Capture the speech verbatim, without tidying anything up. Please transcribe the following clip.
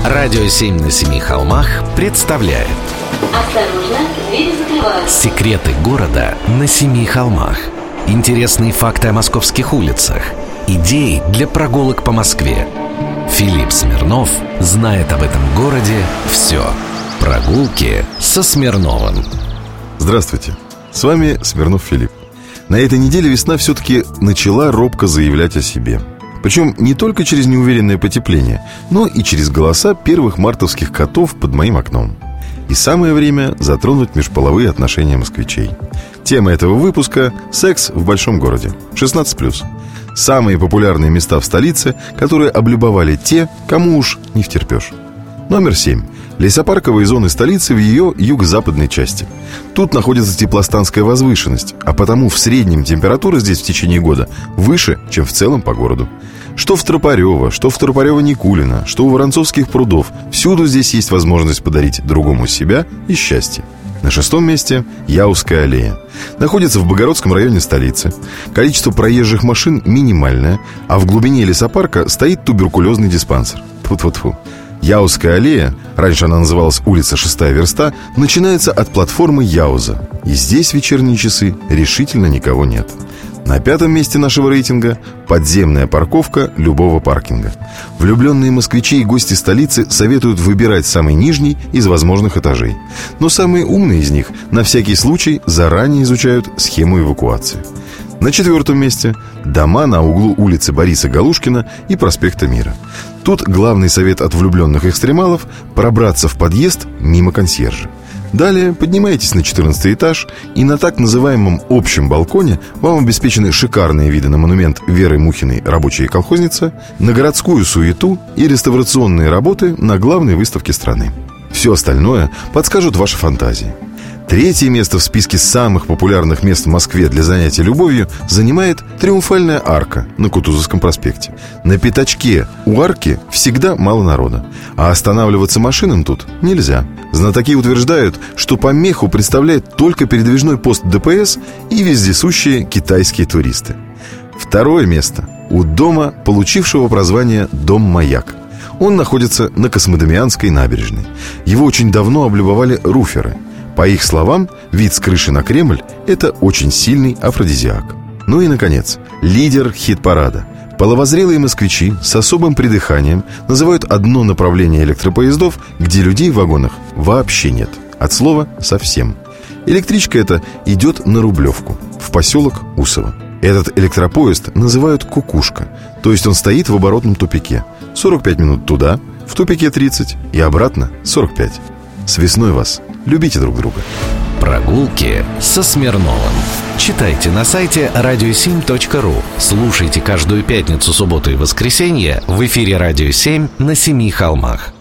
Радио семь на семи холмах представляет. Осторожно, двери закрываются. Секреты города на семи холмах. Интересные факты о московских улицах. Идеи для прогулок по Москве. Филипп Смирнов знает об этом городе все. Прогулки со Смирновым. Здравствуйте, с вами Смирнов Филипп. На этой неделе весна все-таки начала робко заявлять о себе. Причем не только через неуверенное потепление, но и через голоса первых мартовских котов под моим окном. И самое время затронуть межполовые отношения москвичей. Тема этого выпуска – секс в большом городе, шестнадцать плюс. Самые популярные места в столице, которые облюбовали те, кому уж не втерпешь. Номер семь. Лесопарковые зоны столицы в ее юго-западной части. Тут находится теплостанская возвышенность, а потому в среднем температура здесь в течение года выше, чем в целом по городу. Что в Тропарево, что в Тропарево-Никулино, что у Воронцовских прудов, всюду здесь есть возможность подарить другому себя и счастье. На шестом месте Яузская аллея. Находится в Богородском районе столицы. Количество проезжих машин минимальное, а в глубине лесопарка стоит туберкулезный диспансер. Тьфу-тьфу-тьфу. Яузская аллея, раньше она называлась улица Шестая верста, начинается от платформы Яуза. И здесь в вечерние часы решительно никого нет. На пятом месте нашего рейтинга подземная парковка любого паркинга. Влюбленные москвичи и гости столицы советуют выбирать самый нижний из возможных этажей. Но самые умные из них на всякий случай заранее изучают схему эвакуации. На четвертом месте дома на углу улицы Бориса Галушкина и проспекта Мира. Тут главный совет от влюбленных экстремалов – пробраться в подъезд мимо консьержа. Далее поднимаетесь на четырнадцатый этаж, и на так называемом общем балконе вам обеспечены шикарные виды на монумент Веры Мухиной «Рабочая колхозница», на городскую суету и реставрационные работы на главной выставке страны. Все остальное подскажут ваши фантазии. Третье место в списке самых популярных мест в Москве для занятия любовью занимает Триумфальная арка на Кутузовском проспекте. На пятачке у арки всегда мало народа, а останавливаться машинам тут нельзя. Знатоки утверждают, что помеху представляет только передвижной пост ДПС и вездесущие китайские туристы. Второе место у дома, получившего прозвание «Дом-маяк». Он находится на Космодемьянской набережной. Его очень давно облюбовали руферы. По их словам, вид с крыши на Кремль – это очень сильный афродизиак. Ну и, наконец, лидер хит-парада. Половозрелые москвичи с особым придыханием называют одно направление электропоездов, где людей в вагонах вообще нет. От слова «совсем». Электричка эта идет на Рублевку, в поселок Усово. Этот электропоезд называют «кукушка», то есть он стоит в оборотном тупике. сорок пять минут туда, в тупике тридцать и обратно сорок пять. С весной вас! Любите друг друга. Прогулки со Смирновым. Читайте на сайте радио семь точка ру. Слушайте каждую пятницу, субботу и воскресенье в эфире «Радио семь» на семи холмах.